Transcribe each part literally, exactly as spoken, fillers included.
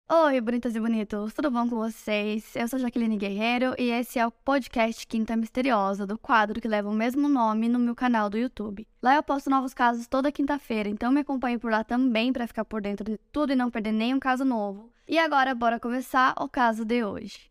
Oi, bonitas e bonitos, tudo bom com vocês? Eu sou Jaqueline Guerreiro e esse é o podcast Quinta Misteriosa, do quadro que leva o mesmo nome no meu canal do YouTube. Lá eu posto novos casos toda quinta-feira, então me acompanhe por lá também para ficar por dentro de tudo e não perder nenhum caso novo. E agora, bora começar o caso de hoje.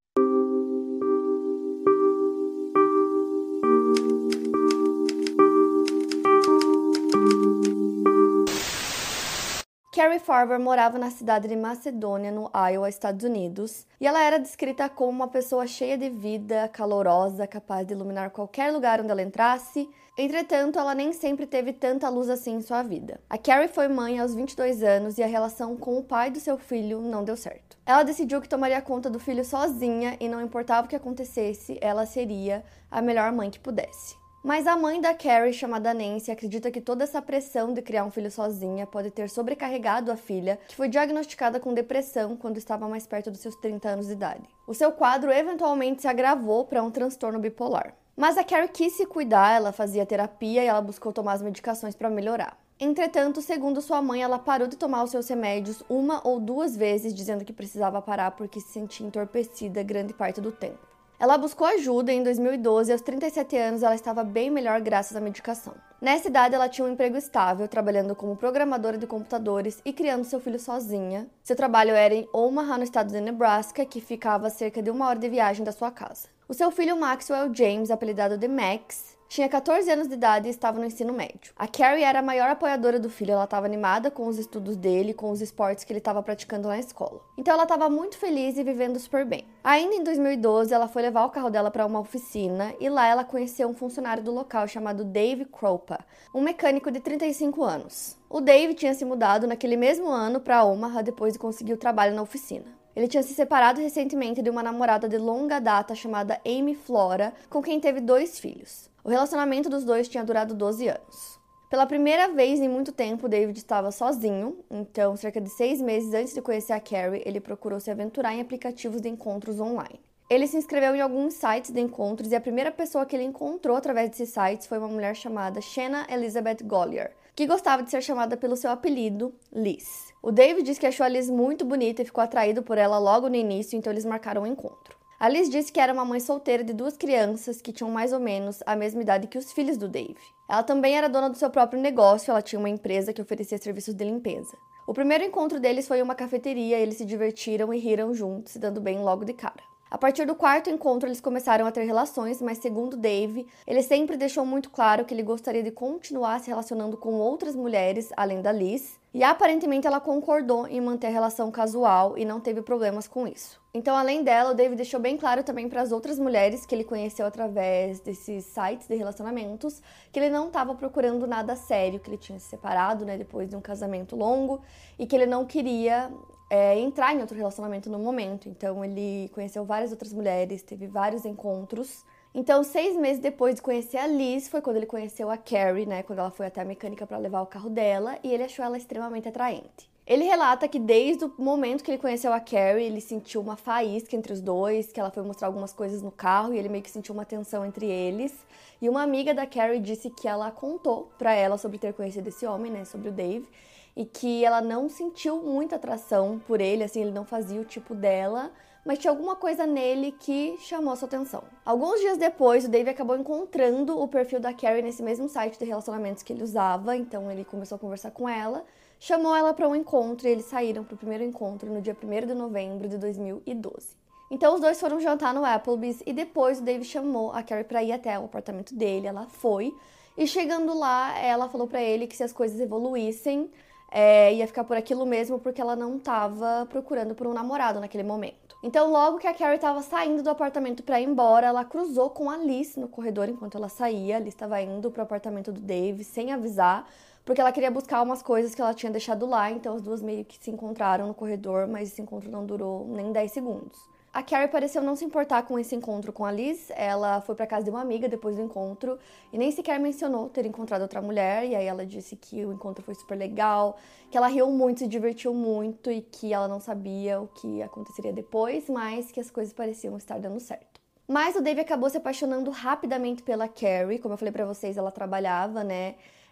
Carrie Farber morava na cidade de Macedônia, no Iowa, Estados Unidos, e ela era descrita como uma pessoa cheia de vida, calorosa, capaz de iluminar qualquer lugar onde ela entrasse. Entretanto, ela nem sempre teve tanta luz assim em sua vida. A Carrie foi mãe aos vinte e dois anos e a relação com o pai do seu filho não deu certo. Ela decidiu que tomaria conta do filho sozinha e não importava o que acontecesse, ela seria a melhor mãe que pudesse. Mas a mãe da Carrie, chamada Nancy, acredita que toda essa pressão de criar um filho sozinha pode ter sobrecarregado a filha, que foi diagnosticada com depressão quando estava mais perto dos seus trinta anos de idade. O seu quadro eventualmente se agravou para um transtorno bipolar. Mas a Carrie quis se cuidar, ela fazia terapia e ela buscou tomar as medicações para melhorar. Entretanto, segundo sua mãe, ela parou de tomar os seus remédios uma ou duas vezes, dizendo que precisava parar porque se sentia entorpecida grande parte do tempo. Ela buscou ajuda em dois mil e doze e aos trinta e sete anos ela estava bem melhor graças à medicação. Nessa idade ela tinha um emprego estável, trabalhando como programadora de computadores e criando seu filho sozinha. Seu trabalho era em Omaha, no estado de Nebraska, que ficava a cerca de uma hora de viagem da sua casa. O seu filho Maxwell James, apelidado de Max, tinha catorze anos de idade e estava no ensino médio. A Carrie era a maior apoiadora do filho, ela estava animada com os estudos dele, com os esportes que ele estava praticando na escola. Então ela estava muito feliz e vivendo super bem. Ainda em dois mil e doze, ela foi levar o carro dela para uma oficina e lá ela conheceu um funcionário do local chamado Dave Kroupa, um mecânico de trinta e cinco anos. O Dave tinha se mudado naquele mesmo ano para Omaha depois de conseguir o trabalho na oficina. Ele tinha se separado recentemente de uma namorada de longa data chamada Amy Flora, com quem teve dois filhos. O relacionamento dos dois tinha durado doze anos. Pela primeira vez em muito tempo, David estava sozinho, então cerca de seis meses antes de conhecer a Carrie, ele procurou se aventurar em aplicativos de encontros online. Ele se inscreveu em alguns sites de encontros e a primeira pessoa que ele encontrou através desses sites foi uma mulher chamada Shanna Elizabeth Gollier, que gostava de ser chamada pelo seu apelido, Liz. O David disse que achou a Liz muito bonita e ficou atraído por ela logo no início, então eles marcaram um encontro. A Liz disse que era uma mãe solteira de duas crianças que tinham mais ou menos a mesma idade que os filhos do Dave. Ela também era dona do seu próprio negócio, ela tinha uma empresa que oferecia serviços de limpeza. O primeiro encontro deles foi em uma cafeteria e eles se divertiram e riram juntos, se dando bem logo de cara. A partir do quarto encontro, eles começaram a ter relações, mas segundo Dave, ele sempre deixou muito claro que ele gostaria de continuar se relacionando com outras mulheres, além da Liz, e aparentemente ela concordou em manter a relação casual e não teve problemas com isso. Então, além dela, o Dave deixou bem claro também para as outras mulheres que ele conheceu através desses sites de relacionamentos que ele não estava procurando nada sério, que ele tinha se separado, né, depois de um casamento longo e que ele não queria É, entrar em outro relacionamento no momento. Então ele conheceu várias outras mulheres, teve vários encontros. Então, seis meses depois de conhecer a Liz, foi quando ele conheceu a Carrie, né? Quando ela foi até a mecânica para levar o carro dela, e ele achou ela extremamente atraente. Ele relata que desde o momento que ele conheceu a Carrie, ele sentiu uma faísca entre os dois, que ela foi mostrar algumas coisas no carro e ele meio que sentiu uma tensão entre eles. E uma amiga da Carrie disse que ela contou pra ela sobre ter conhecido esse homem, né? Sobre o Dave. E que ela não sentiu muita atração por ele, assim, ele não fazia o tipo dela, mas tinha alguma coisa nele que chamou sua atenção. Alguns dias depois, o Dave acabou encontrando o perfil da Carrie nesse mesmo site de relacionamentos que ele usava, então ele começou a conversar com ela, chamou ela para um encontro e eles saíram para o primeiro encontro no dia primeiro de novembro de dois mil e doze. Então os dois foram jantar no Applebee's e depois o Dave chamou a Carrie para ir até o apartamento dele, ela foi, e chegando lá, ela falou para ele que se as coisas evoluíssem, É, ia ficar por aquilo mesmo porque ela não estava procurando por um namorado naquele momento. Então, logo que a Carrie estava saindo do apartamento para ir embora, ela cruzou com a Liz no corredor enquanto ela saía. A Liz estava indo para o apartamento do Dave sem avisar, porque ela queria buscar umas coisas que ela tinha deixado lá. Então, as duas meio que se encontraram no corredor, mas esse encontro não durou nem dez segundos. A Carrie pareceu não se importar com esse encontro com a Liz. Ela foi para casa de uma amiga depois do encontro e nem sequer mencionou ter encontrado outra mulher. E aí ela disse que o encontro foi super legal, que ela riu muito, se divertiu muito e que ela não sabia o que aconteceria depois, mas que as coisas pareciam estar dando certo. Mas o Dave acabou se apaixonando rapidamente pela Carrie. Como eu falei pra vocês, ela trabalhava, né,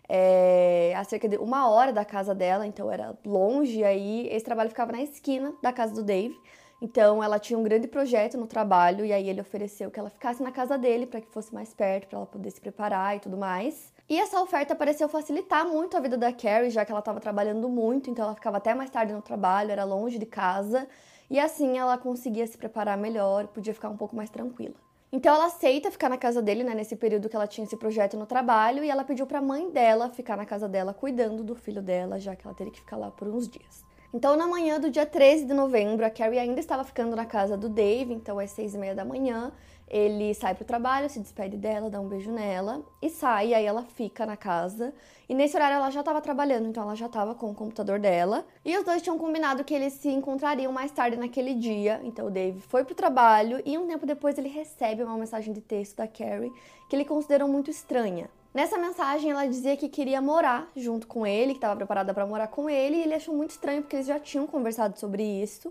é, a cerca de uma hora da casa dela, então era longe, e aí esse trabalho ficava na esquina da casa do Dave. Então ela tinha um grande projeto no trabalho, e aí ele ofereceu que ela ficasse na casa dele para que fosse mais perto, para ela poder se preparar e tudo mais. E essa oferta pareceu facilitar muito a vida da Carrie, já que ela estava trabalhando muito, então ela ficava até mais tarde no trabalho, era longe de casa, e assim ela conseguia se preparar melhor, podia ficar um pouco mais tranquila. Então ela aceita ficar na casa dele, né, nesse período que ela tinha esse projeto no trabalho, e ela pediu para a mãe dela ficar na casa dela cuidando do filho dela, já que ela teria que ficar lá por uns dias. Então, na manhã do dia treze de novembro, a Carrie ainda estava ficando na casa do Dave, então às seis e meia da manhã, ele sai pro trabalho, se despede dela, dá um beijo nela e sai, aí ela fica na casa. E nesse horário ela já estava trabalhando, então ela já estava com o computador dela. E os dois tinham combinado que eles se encontrariam mais tarde naquele dia. Então o Dave foi pro trabalho e um tempo depois ele recebe uma mensagem de texto da Carrie que ele considerou muito estranha. Nessa mensagem, ela dizia que queria morar junto com ele, que estava preparada para morar com ele, e ele achou muito estranho porque eles já tinham conversado sobre isso.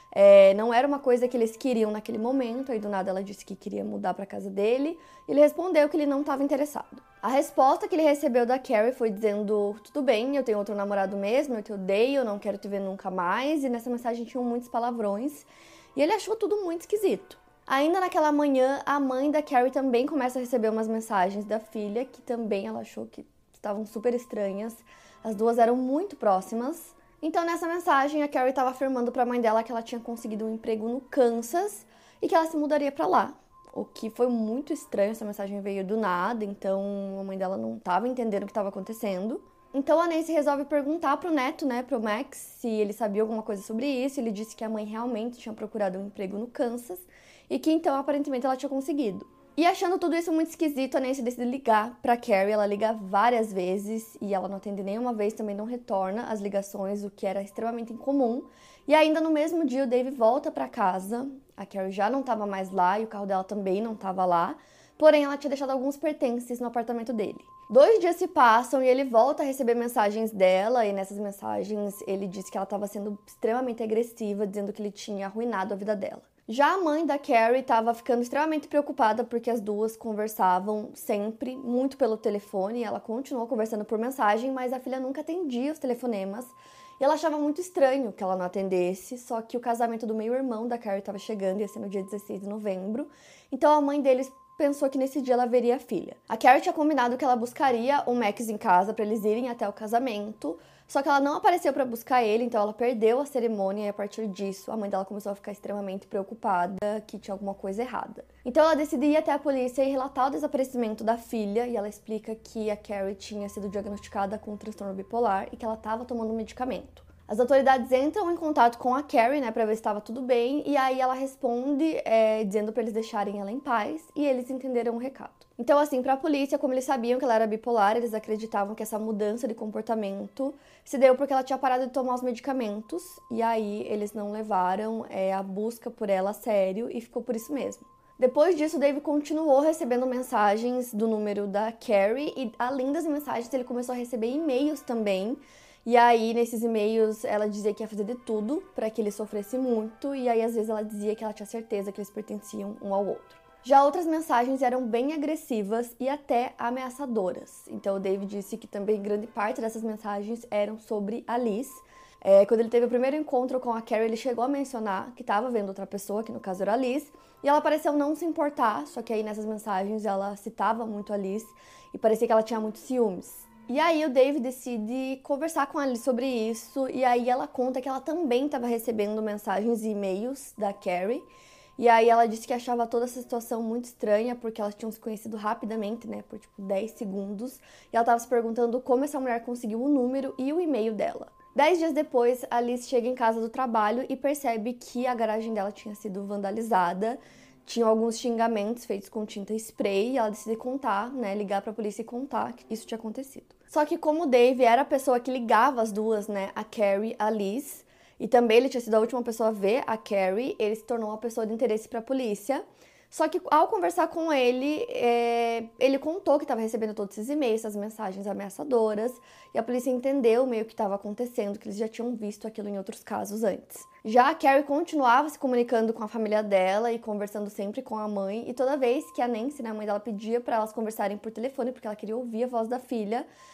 É, não era uma coisa que eles queriam naquele momento, aí do nada ela disse que queria mudar para casa dele. Ele respondeu que ele não estava interessado. A resposta que ele recebeu da Carrie foi dizendo: tudo bem, eu tenho outro namorado mesmo, eu te odeio, eu não quero te ver nunca mais. E nessa mensagem tinham muitos palavrões, e ele achou tudo muito esquisito. Ainda naquela manhã, a mãe da Carrie também começa a receber umas mensagens da filha, que também ela achou que estavam super estranhas. As duas eram muito próximas. Então, nessa mensagem, a Carrie estava afirmando para a mãe dela que ela tinha conseguido um emprego no Kansas e que ela se mudaria para lá. O que foi muito estranho, essa mensagem veio do nada, então a mãe dela não estava entendendo o que estava acontecendo. Então a Nancy resolve perguntar pro neto, né, pro Max, se ele sabia alguma coisa sobre isso. Ele disse que a mãe realmente tinha procurado um emprego no Kansas e que então aparentemente ela tinha conseguido. E achando tudo isso muito esquisito, a Nancy decide ligar pra Carrie. Ela liga várias vezes e ela não atende nenhuma vez, também não retorna as ligações, o que era extremamente incomum. E ainda no mesmo dia o Dave volta pra casa, a Carrie já não estava mais lá e o carro dela também não estava lá, porém ela tinha deixado alguns pertences no apartamento dele. Dois dias se passam e ele volta a receber mensagens dela, e nessas mensagens ele disse que ela estava sendo extremamente agressiva, dizendo que ele tinha arruinado a vida dela. Já a mãe da Carrie estava ficando extremamente preocupada porque as duas conversavam sempre, muito pelo telefone. Ela continuou conversando por mensagem, mas a filha nunca atendia os telefonemas. E ela achava muito estranho que ela não atendesse, só que o casamento do meio-irmão da Carrie estava chegando, ia ser no dia dezesseis de novembro. Então a mãe deles pensou que nesse dia ela veria a filha. A Carrie tinha combinado que ela buscaria o Max em casa para eles irem até o casamento, só que ela não apareceu para buscar ele, então ela perdeu a cerimônia e a partir disso a mãe dela começou a ficar extremamente preocupada que tinha alguma coisa errada. Então ela decidiu ir até a polícia e relatar o desaparecimento da filha, e ela explica que a Carrie tinha sido diagnosticada com um transtorno bipolar e que ela estava tomando um medicamento. As autoridades entram em contato com a Carrie, né, pra ver se estava tudo bem, e aí ela responde é, dizendo para eles deixarem ela em paz, e eles entenderam o recado. Então, assim, pra polícia, como eles sabiam que ela era bipolar, eles acreditavam que essa mudança de comportamento se deu porque ela tinha parado de tomar os medicamentos, e aí eles não levaram é, a busca por ela a sério, e ficou por isso mesmo. Depois disso, o Dave continuou recebendo mensagens do número da Carrie, e além das mensagens, ele começou a receber e-mails também. E aí, nesses e-mails, ela dizia que ia fazer de tudo para que ele sofresse muito, e aí às vezes ela dizia que ela tinha certeza que eles pertenciam um ao outro. Já outras mensagens eram bem agressivas e até ameaçadoras. Então o Dave disse que também grande parte dessas mensagens eram sobre a Liz. É, quando ele teve o primeiro encontro com a Carrie, ele chegou a mencionar que estava vendo outra pessoa, que no caso era a Liz, e ela pareceu não se importar, só que aí nessas mensagens ela citava muito a Liz e parecia que ela tinha muitos ciúmes. E aí o Dave decide conversar com a Liz sobre isso, e aí ela conta que ela também estava recebendo mensagens e e-mails da Carrie, e aí ela disse que achava toda essa situação muito estranha, porque elas tinham se conhecido rapidamente, né, por tipo dez segundos, e ela estava se perguntando como essa mulher conseguiu o número e o e-mail dela. Dez dias depois, a Liz chega em casa do trabalho e percebe que a garagem dela tinha sido vandalizada. Tinham alguns xingamentos feitos com tinta spray e ela decide contar, né, ligar pra polícia e contar que isso tinha acontecido. Só que como o Dave era a pessoa que ligava as duas, né, a Carrie, a Liz, e também ele tinha sido a última pessoa a ver a Carrie, ele se tornou uma pessoa de interesse pra polícia. Só que ao conversar com ele, é, ele contou que estava recebendo todos esses e-mails, essas mensagens ameaçadoras, e a polícia entendeu meio o que estava acontecendo, que eles já tinham visto aquilo em outros casos antes. Já a Carrie continuava se comunicando com a família dela e conversando sempre com a mãe, e toda vez que a Nancy, né, a mãe dela, pedia para elas conversarem por telefone, porque ela queria ouvir a voz da filha,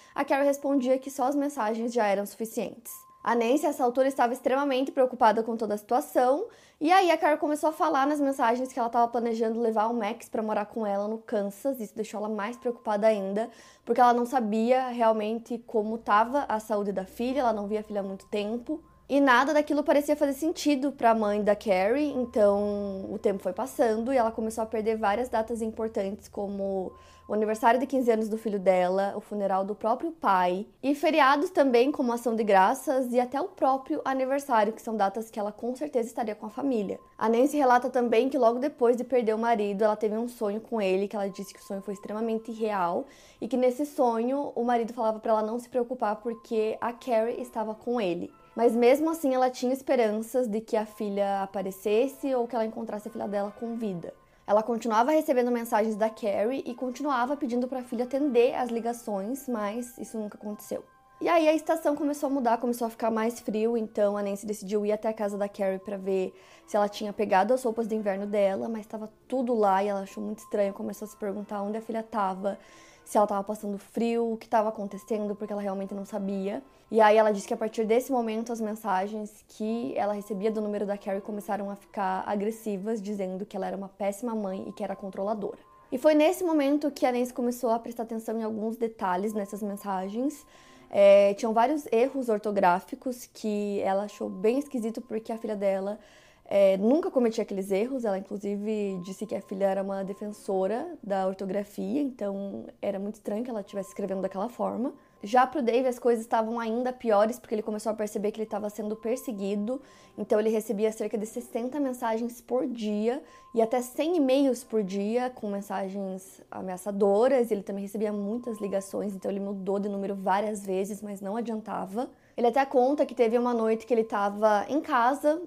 a Carrie respondia que só as mensagens já eram suficientes. A Nancy, a essa altura, estava extremamente preocupada com toda a situação, e aí a Carrie começou a falar nas mensagens que ela estava planejando levar o Max para morar com ela no Kansas. Isso deixou ela mais preocupada ainda, porque ela não sabia realmente como estava a saúde da filha, ela não via a filha há muito tempo. E nada daquilo parecia fazer sentido para a mãe da Carrie, então o tempo foi passando e ela começou a perder várias datas importantes, como o aniversário de quinze anos do filho dela, o funeral do próprio pai, e feriados também, como Ação de Graças, e até o próprio aniversário, que são datas que ela com certeza estaria com a família. A Nancy relata também que logo depois de perder o marido, ela teve um sonho com ele, que ela disse que o sonho foi extremamente real, e que nesse sonho o marido falava para ela não se preocupar porque a Carrie estava com ele. Mas mesmo assim ela tinha esperanças de que a filha aparecesse ou que ela encontrasse a filha dela com vida. Ela continuava recebendo mensagens da Carrie e continuava pedindo para a filha atender as ligações, mas isso nunca aconteceu. E aí a estação começou a mudar, começou a ficar mais frio, então a Nancy decidiu ir até a casa da Carrie para ver se ela tinha pegado as roupas de inverno dela, mas estava tudo lá e ela achou muito estranho, começou a se perguntar onde a filha estava, se ela estava passando frio, o que estava acontecendo, porque ela realmente não sabia. E aí ela disse que a partir desse momento as mensagens que ela recebia do número da Carrie começaram a ficar agressivas, dizendo que ela era uma péssima mãe e que era controladora. E foi nesse momento que a Nancy começou a prestar atenção em alguns detalhes nessas mensagens. É, tinham vários erros ortográficos que ela achou bem esquisito porque a filha dela É, nunca cometia aqueles erros. Ela inclusive disse que a filha era uma defensora da ortografia, então era muito estranho que ela estivesse escrevendo daquela forma. Já pro Dave as coisas estavam ainda piores, porque ele começou a perceber que ele estava sendo perseguido, então ele recebia cerca de sessenta mensagens por dia e até cem e-mails por dia com mensagens ameaçadoras. Ele também recebia muitas ligações, então ele mudou de número várias vezes, mas não adiantava. Ele até conta que teve uma noite que ele estava em casa,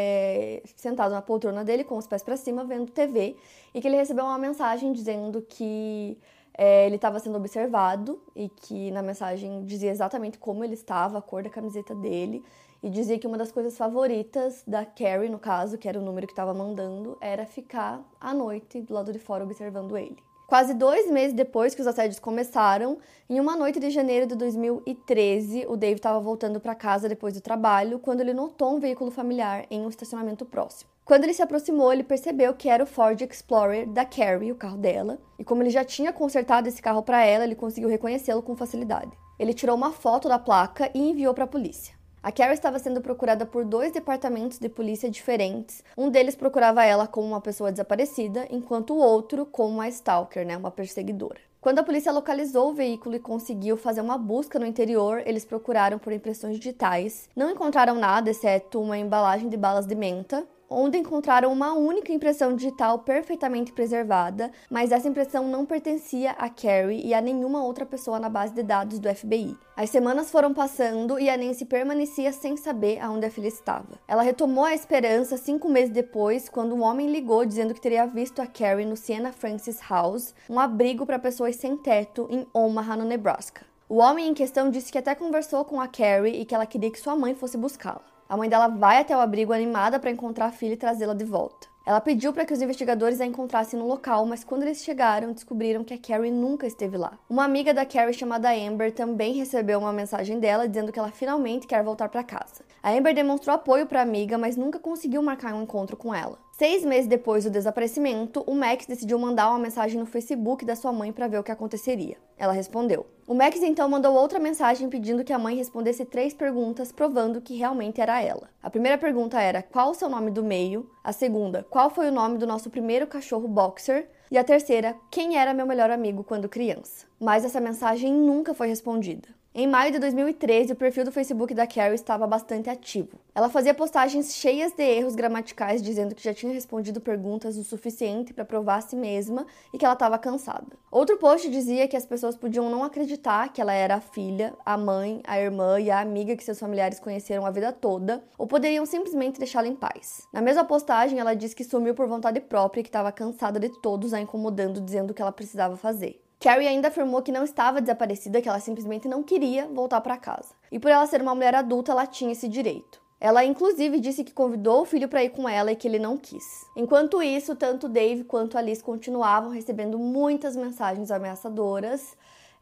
é, sentado na poltrona dele, com os pés para cima, vendo T V, e que ele recebeu uma mensagem dizendo que é, ele estava sendo observado e que na mensagem dizia exatamente como ele estava, a cor da camiseta dele, e dizia que uma das coisas favoritas da Carrie, no caso, que era o número que estava mandando, era ficar à noite do lado de fora observando ele. Quase dois meses depois que os assédios começaram, em uma noite de janeiro de dois mil e treze, o Dave estava voltando para casa depois do trabalho, quando ele notou um veículo familiar em um estacionamento próximo. Quando ele se aproximou, ele percebeu que era o Ford Explorer da Carrie, o carro dela, e como ele já tinha consertado esse carro para ela, ele conseguiu reconhecê-lo com facilidade. Ele tirou uma foto da placa e enviou para a polícia. A Carrie estava sendo procurada por dois departamentos de polícia diferentes. Um deles procurava ela como uma pessoa desaparecida, enquanto o outro como uma stalker, né, uma perseguidora. Quando a polícia localizou o veículo e conseguiu fazer uma busca no interior, eles procuraram por impressões digitais. Não encontraram nada, exceto uma embalagem de balas de menta, onde encontraram uma única impressão digital perfeitamente preservada, mas essa impressão não pertencia a Carrie e a nenhuma outra pessoa na base de dados do F B I. As semanas foram passando e a Nancy permanecia sem saber aonde a filha estava. Ela retomou a esperança cinco meses depois, quando um homem ligou dizendo que teria visto a Carrie no Sienna Francis House, um abrigo para pessoas sem teto em Omaha, no Nebraska. O homem em questão disse que até conversou com a Carrie e que ela queria que sua mãe fosse buscá-la. A mãe dela vai até o abrigo animada para encontrar a filha e trazê-la de volta. Ela pediu para que os investigadores a encontrassem no local, mas quando eles chegaram, descobriram que a Carrie nunca esteve lá. Uma amiga da Carrie chamada Amber também recebeu uma mensagem dela dizendo que ela finalmente quer voltar para casa. A Amber demonstrou apoio para a amiga, mas nunca conseguiu marcar um encontro com ela. Seis meses depois do desaparecimento, o Max decidiu mandar uma mensagem no Facebook da sua mãe para ver o que aconteceria. Ela respondeu. O Max então mandou outra mensagem pedindo que a mãe respondesse três perguntas, provando que realmente era ela. A primeira pergunta era: qual o seu nome do meio? A segunda: qual foi o nome do nosso primeiro cachorro boxer? E a terceira: quem era meu melhor amigo quando criança? Mas essa mensagem nunca foi respondida. Em maio de dois mil e treze, o perfil do Facebook da Carrie estava bastante ativo. Ela fazia postagens cheias de erros gramaticais, dizendo que já tinha respondido perguntas o suficiente para provar a si mesma e que ela estava cansada. Outro post dizia que as pessoas podiam não acreditar que ela era a filha, a mãe, a irmã e a amiga que seus familiares conheceram a vida toda, ou poderiam simplesmente deixá-la em paz. Na mesma postagem, ela disse que sumiu por vontade própria e que estava cansada de todos a incomodando, dizendo o que ela precisava fazer. Carrie ainda afirmou que não estava desaparecida, que ela simplesmente não queria voltar para casa. E por ela ser uma mulher adulta, ela tinha esse direito. Ela, inclusive, disse que convidou o filho para ir com ela e que ele não quis. Enquanto isso, tanto Dave quanto Alice continuavam recebendo muitas mensagens ameaçadoras.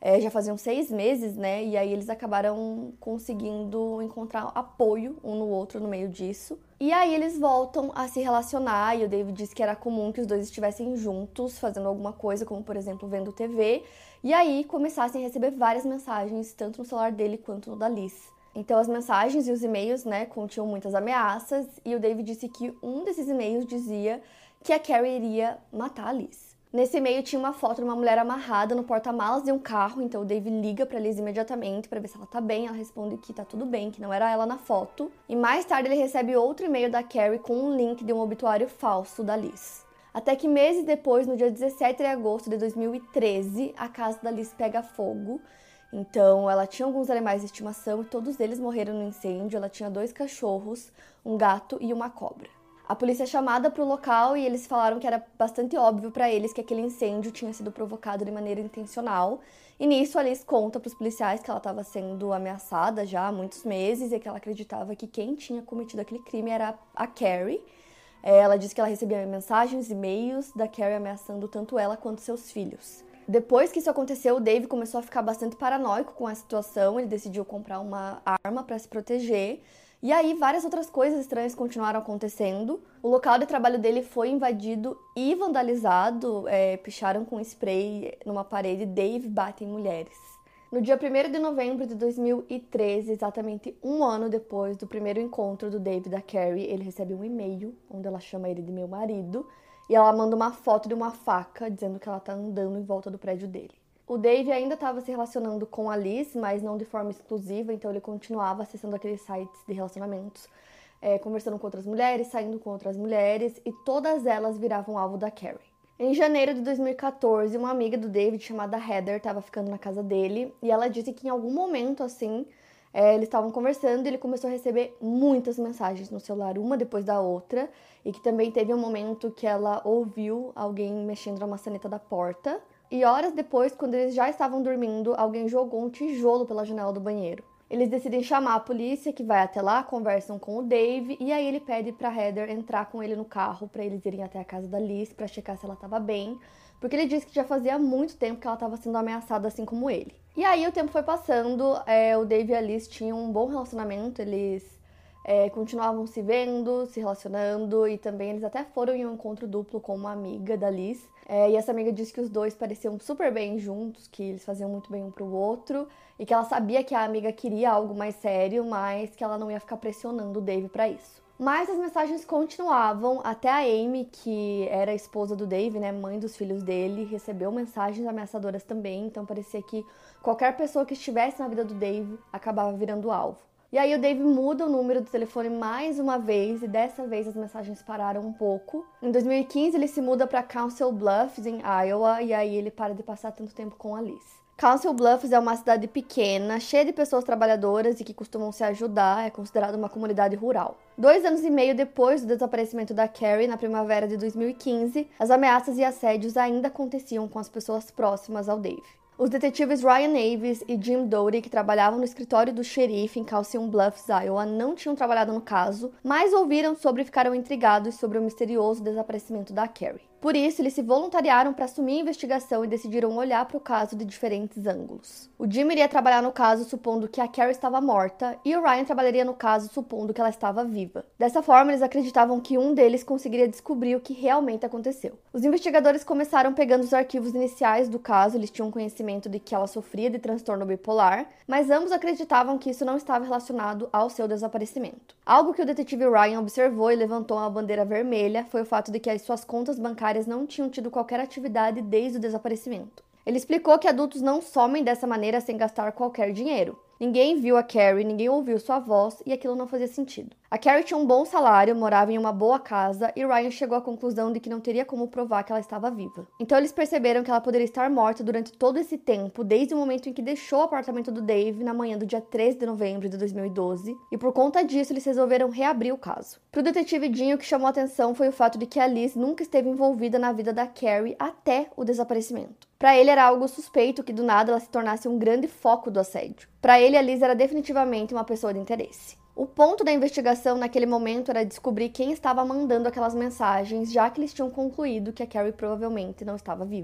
É, já faziam seis meses, né? E aí eles acabaram conseguindo encontrar apoio um no outro no meio disso. E aí eles voltam a se relacionar e o David disse que era comum que os dois estivessem juntos, fazendo alguma coisa, como por exemplo, vendo T V. E aí começassem a receber várias mensagens, tanto no celular dele quanto no da Liz. Então as mensagens e os e-mails, né, continham muitas ameaças. E o David disse que um desses e-mails dizia que a Carrie iria matar a Liz. Nesse e-mail tinha uma foto de uma mulher amarrada no porta-malas de um carro, então o Dave liga pra Liz imediatamente pra ver se ela tá bem. Ela responde que tá tudo bem, que não era ela na foto. E mais tarde ele recebe outro e-mail da Carrie com um link de um obituário falso da Liz. Até que meses depois, no dia dezessete de agosto de dois mil e treze, a casa da Liz pega fogo. Então ela tinha alguns animais de estimação e todos eles morreram no incêndio. Ela tinha dois cachorros, um gato e uma cobra. A polícia é chamada para o local e eles falaram que era bastante óbvio para eles que aquele incêndio tinha sido provocado de maneira intencional. E nisso a Liz conta para os policiais que ela estava sendo ameaçada já há muitos meses e que ela acreditava que quem tinha cometido aquele crime era a Carrie. Ela disse que ela recebia mensagens e e-mails da Carrie ameaçando tanto ela quanto seus filhos. Depois que isso aconteceu, o Dave começou a ficar bastante paranoico com a situação. Ele decidiu comprar uma arma para se proteger. E aí, várias outras coisas estranhas continuaram acontecendo. O local de trabalho dele foi invadido e vandalizado. É, picharam com spray numa parede Dave bate em mulheres. No dia primeiro de novembro de dois mil e treze, exatamente um ano depois do primeiro encontro do Dave e da Carrie, ele recebe um e-mail onde ela chama ele de meu marido. E ela manda uma foto de uma faca dizendo que ela tá andando em volta do prédio dele. O Dave ainda estava se relacionando com a Liz, mas não de forma exclusiva, então ele continuava acessando aqueles sites de relacionamentos, é, conversando com outras mulheres, saindo com outras mulheres, e todas elas viravam alvo da Carrie. Em janeiro de dois mil e quatorze, uma amiga do David chamada Heather estava ficando na casa dele, e ela disse que em algum momento, assim, é, eles estavam conversando e ele começou a receber muitas mensagens no celular, uma depois da outra, e que também teve um momento que ela ouviu alguém mexendo na maçaneta da porta. E horas depois, quando eles já estavam dormindo, alguém jogou um tijolo pela janela do banheiro. Eles decidem chamar a polícia, que vai até lá, conversam com o Dave, e aí ele pede pra Heather entrar com ele no carro pra eles irem até a casa da Liz pra checar se ela tava bem, porque ele disse que já fazia muito tempo que ela tava sendo ameaçada assim como ele. E aí o tempo foi passando, é, o Dave e a Liz tinham um bom relacionamento, eles é, continuavam se vendo, se relacionando, e também eles até foram em um encontro duplo com uma amiga da Liz. É, e essa amiga disse que os dois pareciam super bem juntos, que eles faziam muito bem um pro outro, e que ela sabia que a amiga queria algo mais sério, mas que ela não ia ficar pressionando o Dave pra isso. Mas as mensagens continuavam, até a Amy, que era a esposa do Dave, né, mãe dos filhos dele, recebeu mensagens ameaçadoras também, então parecia que qualquer pessoa que estivesse na vida do Dave acabava virando alvo. E aí o Dave muda o número do telefone mais uma vez e dessa vez as mensagens pararam um pouco. Em dois mil e quinze ele se muda para Council Bluffs, em Iowa, e aí ele para de passar tanto tempo com a Liz. Council Bluffs é uma cidade pequena, cheia de pessoas trabalhadoras e que costumam se ajudar, é considerada uma comunidade rural. Dois anos e meio depois do desaparecimento da Carrie, na primavera de dois mil e quinze, as ameaças e assédios ainda aconteciam com as pessoas próximas ao Dave. Os detetives Ryan Navis e Jim Doty, que trabalhavam no escritório do xerife em Council Bluffs, Iowa, não tinham trabalhado no caso, mas ouviram sobre e ficaram intrigados sobre o misterioso desaparecimento da Carrie. Por isso, eles se voluntariaram para assumir a investigação e decidiram olhar para o caso de diferentes ângulos. O Jim iria trabalhar no caso supondo que a Carrie estava morta e o Ryan trabalharia no caso supondo que ela estava viva. Dessa forma, eles acreditavam que um deles conseguiria descobrir o que realmente aconteceu. Os investigadores começaram pegando os arquivos iniciais do caso, eles tinham conhecimento de que ela sofria de transtorno bipolar, mas ambos acreditavam que isso não estava relacionado ao seu desaparecimento. Algo que o detetive Ryan observou e levantou uma bandeira vermelha foi o fato de que as suas contas bancárias não tinham tido qualquer atividade desde o desaparecimento. Ele explicou que adultos não somem dessa maneira sem gastar qualquer dinheiro. Ninguém viu a Carrie, ninguém ouviu sua voz e aquilo não fazia sentido. A Carrie tinha um bom salário, morava em uma boa casa e Ryan chegou à conclusão de que não teria como provar que ela estava viva. Então eles perceberam que ela poderia estar morta durante todo esse tempo, desde o momento em que deixou o apartamento do Dave na manhã do dia treze de novembro de dois mil e doze, e por conta disso eles resolveram reabrir o caso. Para o detetive Jim, o que chamou a atenção foi o fato de que a Liz nunca esteve envolvida na vida da Carrie até o desaparecimento. Para ele era algo suspeito que do nada ela se tornasse um grande foco do assédio. Para ele, a Liz era definitivamente uma pessoa de interesse. O ponto da investigação naquele momento era descobrir quem estava mandando aquelas mensagens, já que eles tinham concluído que a Carrie provavelmente não estava viva.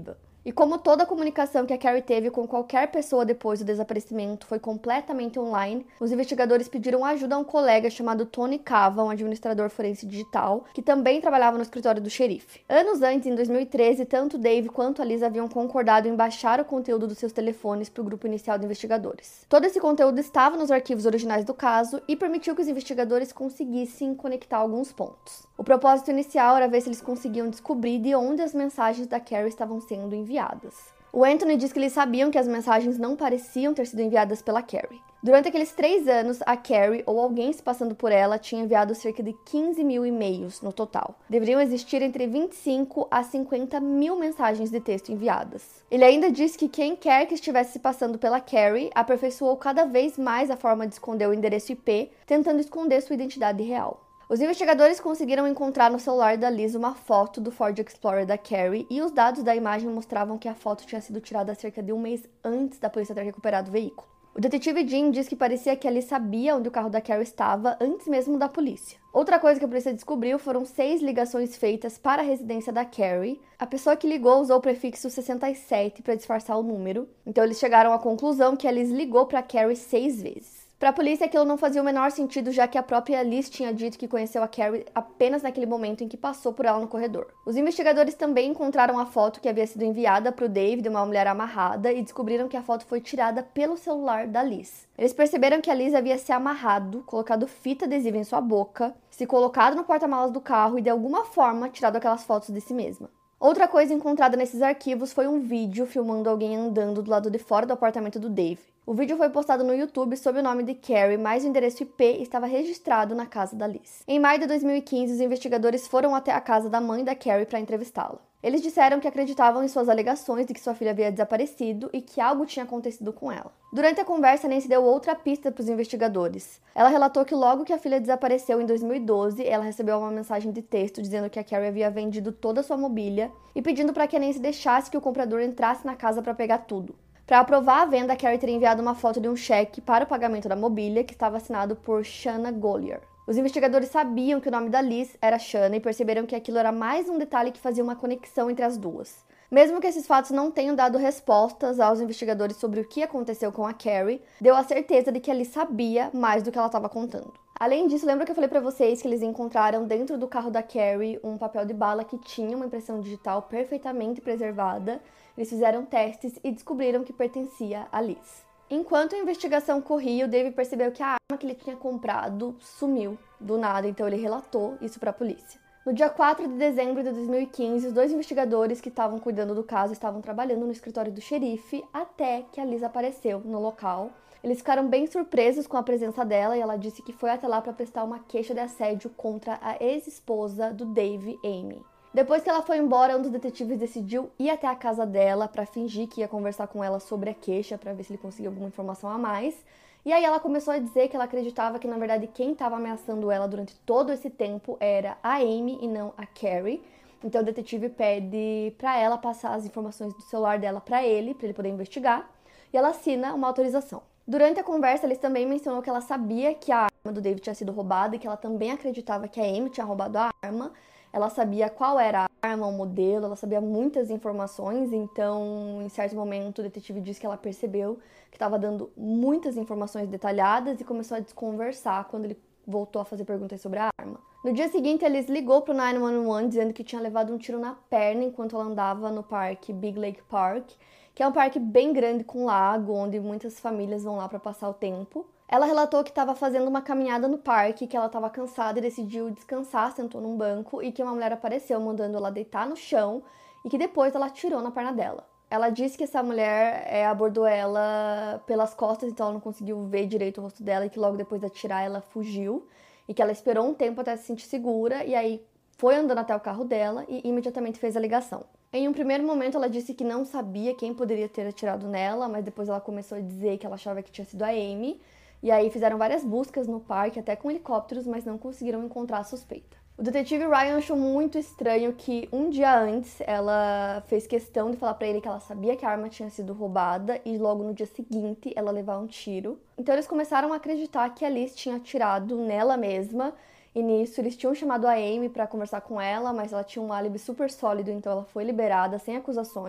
E como toda a comunicação que a Carrie teve com qualquer pessoa depois do desaparecimento foi completamente online, os investigadores pediram ajuda a um colega chamado Tony Cava, um administrador forense digital, que também trabalhava no escritório do xerife. Anos antes, em dois mil e treze, tanto Dave quanto a Liz haviam concordado em baixar o conteúdo dos seus telefones para o grupo inicial de investigadores. Todo esse conteúdo estava nos arquivos originais do caso e permitiu que os investigadores conseguissem conectar alguns pontos. O propósito inicial era ver se eles conseguiam descobrir de onde as mensagens da Carrie estavam sendo enviadas. O Anthony diz que eles sabiam que as mensagens não pareciam ter sido enviadas pela Carrie. Durante aqueles três anos, a Carrie, ou alguém se passando por ela, tinha enviado cerca de quinze mil e-mails no total. Deveriam existir entre vinte e cinco a cinquenta mil mensagens de texto enviadas. Ele ainda diz que quem quer que estivesse se passando pela Carrie aperfeiçoou cada vez mais a forma de esconder o endereço I P, tentando esconder sua identidade real. Os investigadores conseguiram encontrar no celular da Liz uma foto do Ford Explorer da Carrie e os dados da imagem mostravam que a foto tinha sido tirada cerca de um mês antes da polícia ter recuperado o veículo. O detetive Jim diz que parecia que a Liz sabia onde o carro da Carrie estava antes mesmo da polícia. Outra coisa que a polícia descobriu foram seis ligações feitas para a residência da Carrie. A pessoa que ligou usou o prefixo sessenta e sete para disfarçar o número, então eles chegaram à conclusão que a Liz ligou para a Carrie seis vezes. Para a polícia, aquilo não fazia o menor sentido, já que a própria Liz tinha dito que conheceu a Carrie apenas naquele momento em que passou por ela no corredor. Os investigadores também encontraram a foto que havia sido enviada para o Dave de uma mulher amarrada e descobriram que a foto foi tirada pelo celular da Liz. Eles perceberam que a Liz havia se amarrado, colocado fita adesiva em sua boca, se colocado no porta-malas do carro e de alguma forma tirado aquelas fotos de si mesma. Outra coisa encontrada nesses arquivos foi um vídeo filmando alguém andando do lado de fora do apartamento do Dave. O vídeo foi postado no YouTube sob o nome de Carrie, mas o endereço I P estava registrado na casa da Liz. Em maio de dois mil e quinze, os investigadores foram até a casa da mãe da Carrie para entrevistá-la. Eles disseram que acreditavam em suas alegações de que sua filha havia desaparecido e que algo tinha acontecido com ela. Durante a conversa, Nancy deu outra pista para os investigadores. Ela relatou que logo que a filha desapareceu em dois mil e doze, ela recebeu uma mensagem de texto dizendo que a Carrie havia vendido toda a sua mobília e pedindo para que a Nancy deixasse que o comprador entrasse na casa para pegar tudo. Para aprovar a venda, a Carrie teria enviado uma foto de um cheque para o pagamento da mobília que estava assinado por Shanna Gollier. Os investigadores sabiam que o nome da Liz era Shanna e perceberam que aquilo era mais um detalhe que fazia uma conexão entre as duas. Mesmo que esses fatos não tenham dado respostas aos investigadores sobre o que aconteceu com a Carrie, deu a certeza de que a Liz sabia mais do que ela estava contando. Além disso, lembra que eu falei pra vocês que eles encontraram dentro do carro da Carrie um papel de bala que tinha uma impressão digital perfeitamente preservada? Eles fizeram testes e descobriram que pertencia a Liz. Enquanto a investigação corria, o Dave percebeu que a arma que ele tinha comprado sumiu do nada, então ele relatou isso para a polícia. No dia quatro de dezembro de dois mil e quinze, os dois investigadores que estavam cuidando do caso estavam trabalhando no escritório do xerife até que a Liz apareceu no local. Eles ficaram bem surpresos com a presença dela e ela disse que foi até lá para prestar uma queixa de assédio contra a ex-esposa do Dave, Amy. Depois que ela foi embora, um dos detetives decidiu ir até a casa dela para fingir que ia conversar com ela sobre a queixa, para ver se ele conseguia alguma informação a mais. E aí ela começou a dizer que ela acreditava que, na verdade, quem estava ameaçando ela durante todo esse tempo era a Amy e não a Carrie. Então o detetive pede para ela passar as informações do celular dela para ele, para ele poder investigar, e ela assina uma autorização. Durante a conversa, eles também mencionou que ela sabia que a arma do David tinha sido roubada e que ela também acreditava que a Amy tinha roubado a arma. Ela sabia qual era a arma, o modelo, ela sabia muitas informações, então, em certo momento, o detetive disse que ela percebeu que estava dando muitas informações detalhadas e começou a desconversar quando ele voltou a fazer perguntas sobre a arma. No dia seguinte, Liz ligou para o nove um um dizendo que tinha levado um tiro na perna enquanto ela andava no parque Big Lake Park, que é um parque bem grande com lago, onde muitas famílias vão lá para passar o tempo. Ela relatou que estava fazendo uma caminhada no parque, que ela estava cansada e decidiu descansar, sentou num banco e que uma mulher apareceu mandando ela deitar no chão e que depois ela atirou na perna dela. Ela disse que essa mulher é, abordou ela pelas costas, então ela não conseguiu ver direito o rosto dela e que logo depois de atirar ela fugiu e que ela esperou um tempo até se sentir segura e aí foi andando até o carro dela e imediatamente fez a ligação. Em um primeiro momento ela disse que não sabia quem poderia ter atirado nela, mas depois ela começou a dizer que ela achava que tinha sido a Amy. E aí fizeram várias buscas no parque, até com helicópteros, mas não conseguiram encontrar a suspeita. O detetive Ryan achou muito estranho que um dia antes ela fez questão de falar pra ele que ela sabia que a arma tinha sido roubada e logo no dia seguinte ela levar um tiro. Então eles começaram a acreditar que a Liz tinha atirado nela mesma e nisso eles tinham chamado a Amy pra conversar com ela, mas ela tinha um álibi super sólido, então ela foi liberada sem acusações.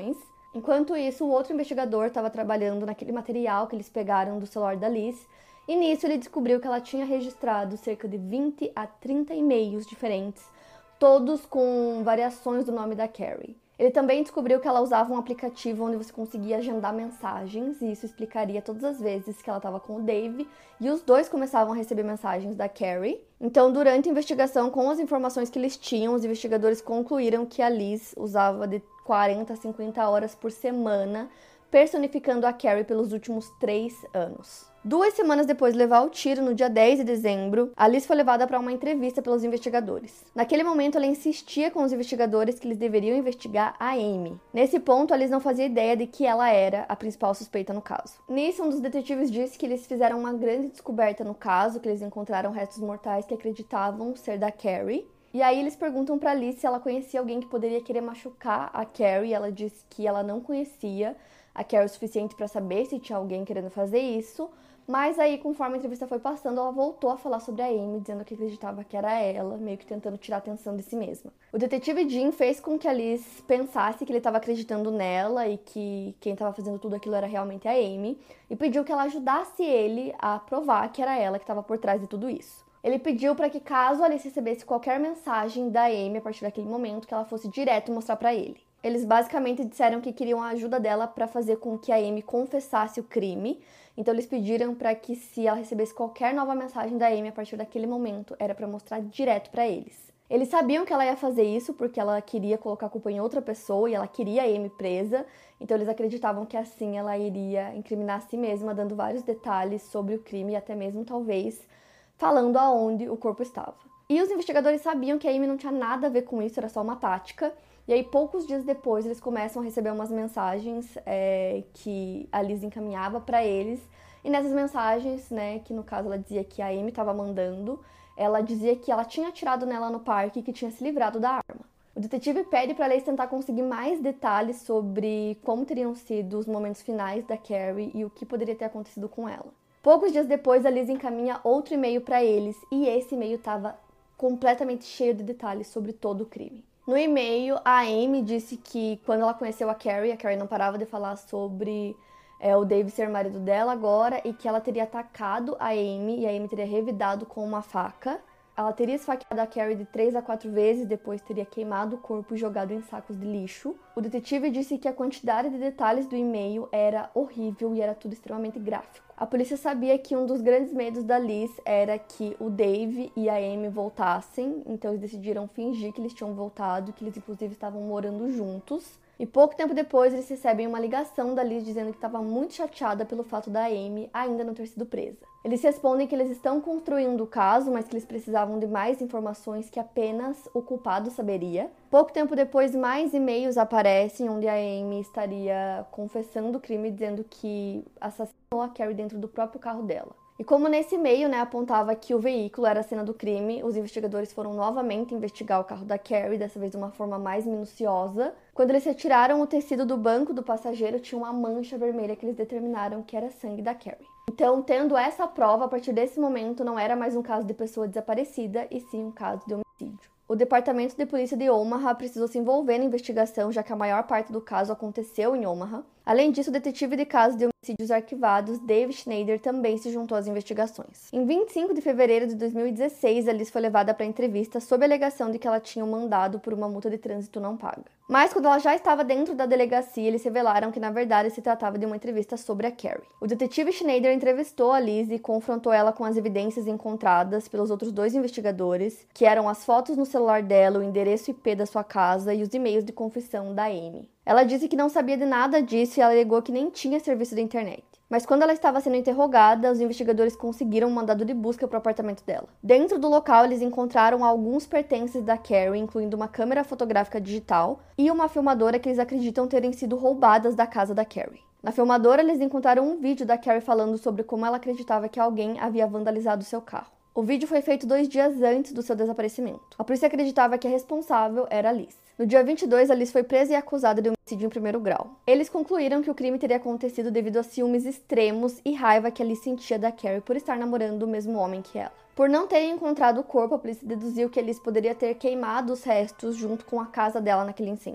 Enquanto isso, o outro investigador estava trabalhando naquele material que eles pegaram do celular da Liz, e nisso ele descobriu que ela tinha registrado cerca de vinte a trinta e-mails diferentes, todos com variações do nome da Carrie. Ele também descobriu que ela usava um aplicativo onde você conseguia agendar mensagens, e isso explicaria todas as vezes que ela estava com o Dave, e os dois começavam a receber mensagens da Carrie. Então, durante a investigação, com as informações que eles tinham, os investigadores concluíram que a Liz usava de quarenta a cinquenta horas por semana, personificando a Carrie pelos últimos três anos. Duas semanas depois de levar o tiro, no dia dez de dezembro, a Liz foi levada para uma entrevista pelos investigadores. Naquele momento, ela insistia com os investigadores que eles deveriam investigar a Amy. Nesse ponto, a Liz não fazia ideia de que ela era a principal suspeita no caso. Nisso, um dos detetives disse que eles fizeram uma grande descoberta no caso, que eles encontraram restos mortais que acreditavam ser da Carrie. E aí eles perguntam pra Liz se ela conhecia alguém que poderia querer machucar a Carrie. Ela disse que ela não conhecia a Carrie o suficiente para saber se tinha alguém querendo fazer isso. Mas aí, conforme a entrevista foi passando, ela voltou a falar sobre a Amy, dizendo que acreditava que era ela, meio que tentando tirar a atenção de si mesma. O detetive Jim fez com que a Liz pensasse que ele estava acreditando nela e que quem estava fazendo tudo aquilo era realmente a Amy, e pediu que ela ajudasse ele a provar que era ela que estava por trás de tudo isso. Ele pediu para que, caso a Liz recebesse qualquer mensagem da Amy a partir daquele momento, que ela fosse direto mostrar para ele. Eles basicamente disseram que queriam a ajuda dela para fazer com que a Amy confessasse o crime. Então eles pediram para que, se ela recebesse qualquer nova mensagem da Amy a partir daquele momento, era para mostrar direto para eles. Eles sabiam que ela ia fazer isso porque ela queria colocar a culpa em outra pessoa e ela queria a Amy presa. Então eles acreditavam que assim ela iria incriminar a si mesma, dando vários detalhes sobre o crime e até mesmo, talvez, falando aonde o corpo estava. E os investigadores sabiam que a Amy não tinha nada a ver com isso, era só uma tática. E aí, poucos dias depois, eles começam a receber umas mensagens é, que a Liz encaminhava para eles. E nessas mensagens, né, que no caso ela dizia que a Amy estava mandando, ela dizia que ela tinha atirado nela no parque e que tinha se livrado da arma. O detetive pede para a Liz tentar conseguir mais detalhes sobre como teriam sido os momentos finais da Carrie e o que poderia ter acontecido com ela. Poucos dias depois, a Liz encaminha outro e-mail para eles e esse e-mail estava completamente cheio de detalhes sobre todo o crime. No e-mail, a Amy disse que quando ela conheceu a Carrie, a Carrie não parava de falar sobre é, o Dave ser marido dela agora e que ela teria atacado a Amy e a Amy teria revidado com uma faca. Ela teria esfaqueado a Carrie de três a quatro vezes, depois teria queimado o corpo e jogado em sacos de lixo. O detetive disse que a quantidade de detalhes do e-mail era horrível e era tudo extremamente gráfico. A polícia sabia que um dos grandes medos da Liz era que o Dave e a Amy voltassem, então eles decidiram fingir que eles tinham voltado, que eles inclusive estavam morando juntos. E pouco tempo depois eles recebem uma ligação da Liz dizendo que estava muito chateada pelo fato da Amy ainda não ter sido presa. Eles respondem que eles estão construindo o caso, mas que eles precisavam de mais informações que apenas o culpado saberia. Pouco tempo depois, mais e-mails aparecem onde a Amy estaria confessando o crime, dizendo que assassinou a Carrie dentro do próprio carro dela. E como nesse e-mail, né, apontava que o veículo era a cena do crime, os investigadores foram novamente investigar o carro da Carrie, dessa vez de uma forma mais minuciosa. Quando eles retiraram o tecido do banco do passageiro, tinha uma mancha vermelha que eles determinaram que era sangue da Carrie. Então, tendo essa prova, a partir desse momento, não era mais um caso de pessoa desaparecida, e sim um caso de homicídio. O Departamento de Polícia de Omaha precisou se envolver na investigação, já que a maior parte do caso aconteceu em Omaha. Além disso, o detetive de casos de homicídios arquivados, Dave Schneider, também se juntou às investigações. Em vinte e cinco de fevereiro de dois mil e dezesseis, a Liz foi levada para entrevista sob a alegação de que ela tinha um mandado por uma multa de trânsito não paga. Mas quando ela já estava dentro da delegacia, eles revelaram que na verdade se tratava de uma entrevista sobre a Carrie. O detetive Schneider entrevistou a Liz e confrontou ela com as evidências encontradas pelos outros dois investigadores, que eram as fotos no celular dela, o endereço I P da sua casa e os e-mails de confissão da Amy. Ela disse que não sabia de nada disso e ela alegou que nem tinha serviço de internet. Mas quando ela estava sendo interrogada, os investigadores conseguiram um mandado de busca para o apartamento dela. Dentro do local, eles encontraram alguns pertences da Carrie, incluindo uma câmera fotográfica digital e uma filmadora que eles acreditam terem sido roubadas da casa da Carrie. Na filmadora, eles encontraram um vídeo da Carrie falando sobre como ela acreditava que alguém havia vandalizado seu carro. O vídeo foi feito dois dias antes do seu desaparecimento. A polícia acreditava que a responsável era a Liz. No dia vinte e dois, a Liz foi presa e acusada de homicídio em primeiro grau. Eles concluíram que o crime teria acontecido devido a ciúmes extremos e raiva que a Liz sentia da Carrie por estar namorando o mesmo homem que ela. Por não terem encontrado o corpo, a polícia deduziu que a Liz poderia ter queimado os restos junto com a casa dela naquele incêndio.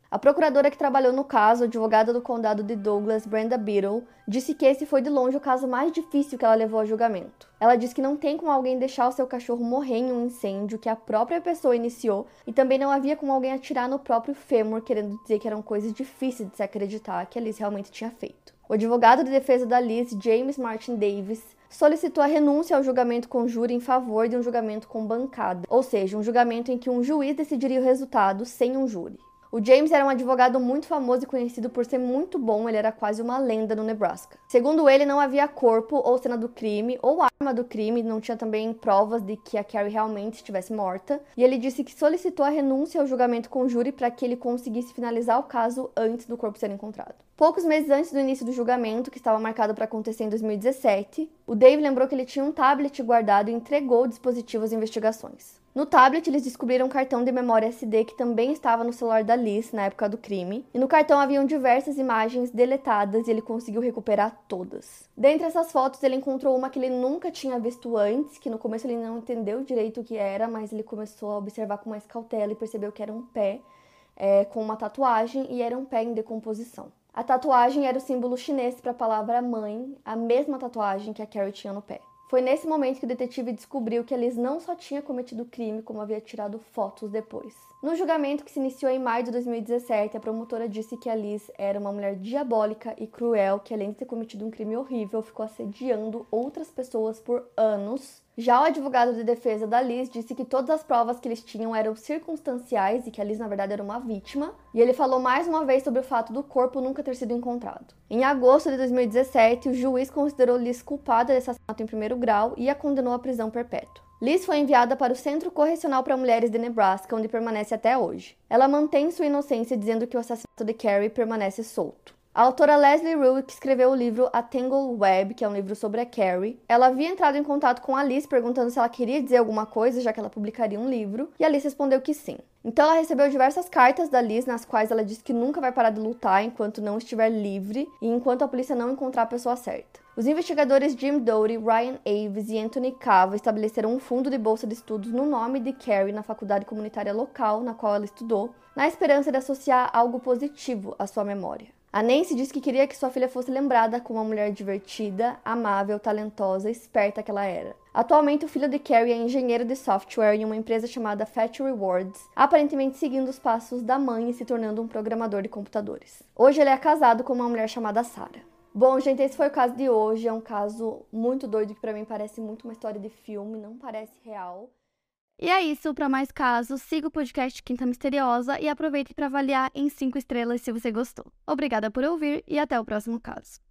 A procuradora que trabalhou no caso, a advogada do condado de Douglas, Brenda Beadle, disse que esse foi de longe o caso mais difícil que ela levou a julgamento. Ela disse que não tem como alguém deixar o seu cachorro morrer em um incêndio que a própria pessoa iniciou e também não havia como alguém atirar no próprio fêmur, querendo dizer que eram coisas difíceis de se acreditar que a Liz realmente tinha feito. O advogado de defesa da Liz, James Martin Davis, solicitou a renúncia ao julgamento com júri em favor de um julgamento com bancada, ou seja, um julgamento em que um juiz decidiria o resultado sem um júri. O James era um advogado muito famoso e conhecido por ser muito bom, ele era quase uma lenda no Nebraska. Segundo ele, não havia corpo ou cena do crime ou arma do crime, não tinha também provas de que a Carrie realmente estivesse morta, e ele disse que solicitou a renúncia ao julgamento com júri para que ele conseguisse finalizar o caso antes do corpo ser encontrado. Poucos meses antes do início do julgamento, que estava marcado para acontecer em dois mil e dezessete, o Dave lembrou que ele tinha um tablet guardado e entregou o dispositivo às investigações. No tablet, eles descobriram um cartão de memória S D que também estava no celular da Liz na época do crime, e no cartão haviam diversas imagens deletadas e ele conseguiu recuperar todas. Dentre essas fotos, ele encontrou uma que ele nunca tinha visto antes, que no começo ele não entendeu direito o que era, mas ele começou a observar com mais cautela e percebeu que era um pé é, com uma tatuagem e era um pé em decomposição. A tatuagem era o símbolo chinês para a palavra mãe, a mesma tatuagem que a Carrie tinha no pé. Foi nesse momento que o detetive descobriu que a Liz não só tinha cometido o crime, como havia tirado fotos depois. No julgamento que se iniciou em maio de dois mil e dezessete, a promotora disse que a Liz era uma mulher diabólica e cruel, que além de ter cometido um crime horrível, ficou assediando outras pessoas por anos. Já o advogado de defesa da Liz disse que todas as provas que eles tinham eram circunstanciais e que a Liz, na verdade, era uma vítima. E ele falou mais uma vez sobre o fato do corpo nunca ter sido encontrado. Em agosto de dois mil e dezessete, o juiz considerou Liz culpada de assassinato em primeiro grau e a condenou à prisão perpétua. Liz foi enviada para o Centro Correcional para Mulheres de Nebraska, onde permanece até hoje. Ela mantém sua inocência, dizendo que o assassinato de Carrie permanece solto. A autora Leslie Rue, que escreveu o livro A Tangled Web, que é um livro sobre a Carrie, ela havia entrado em contato com a Liz perguntando se ela queria dizer alguma coisa, já que ela publicaria um livro, e a Liz respondeu que sim. Então ela recebeu diversas cartas da Liz, nas quais ela disse que nunca vai parar de lutar enquanto não estiver livre e enquanto a polícia não encontrar a pessoa certa. Os investigadores Jim Doty, Ryan Aves e Anthony Cava estabeleceram um fundo de bolsa de estudos no nome de Carrie na faculdade comunitária local na qual ela estudou, na esperança de associar algo positivo à sua memória. A Nancy disse que queria que sua filha fosse lembrada como uma mulher divertida, amável, talentosa e esperta que ela era. Atualmente, o filho de Carrie é engenheiro de software em uma empresa chamada Fat Rewards, aparentemente seguindo os passos da mãe e se tornando um programador de computadores. Hoje ele é casado com uma mulher chamada Sarah. Bom, gente, esse foi o caso de hoje. É um caso muito doido que pra mim parece muito uma história de filme, não parece real. E é isso, para mais casos, siga o podcast Quinta Misteriosa e aproveite para avaliar em cinco estrelas se você gostou. Obrigada por ouvir e até o próximo caso.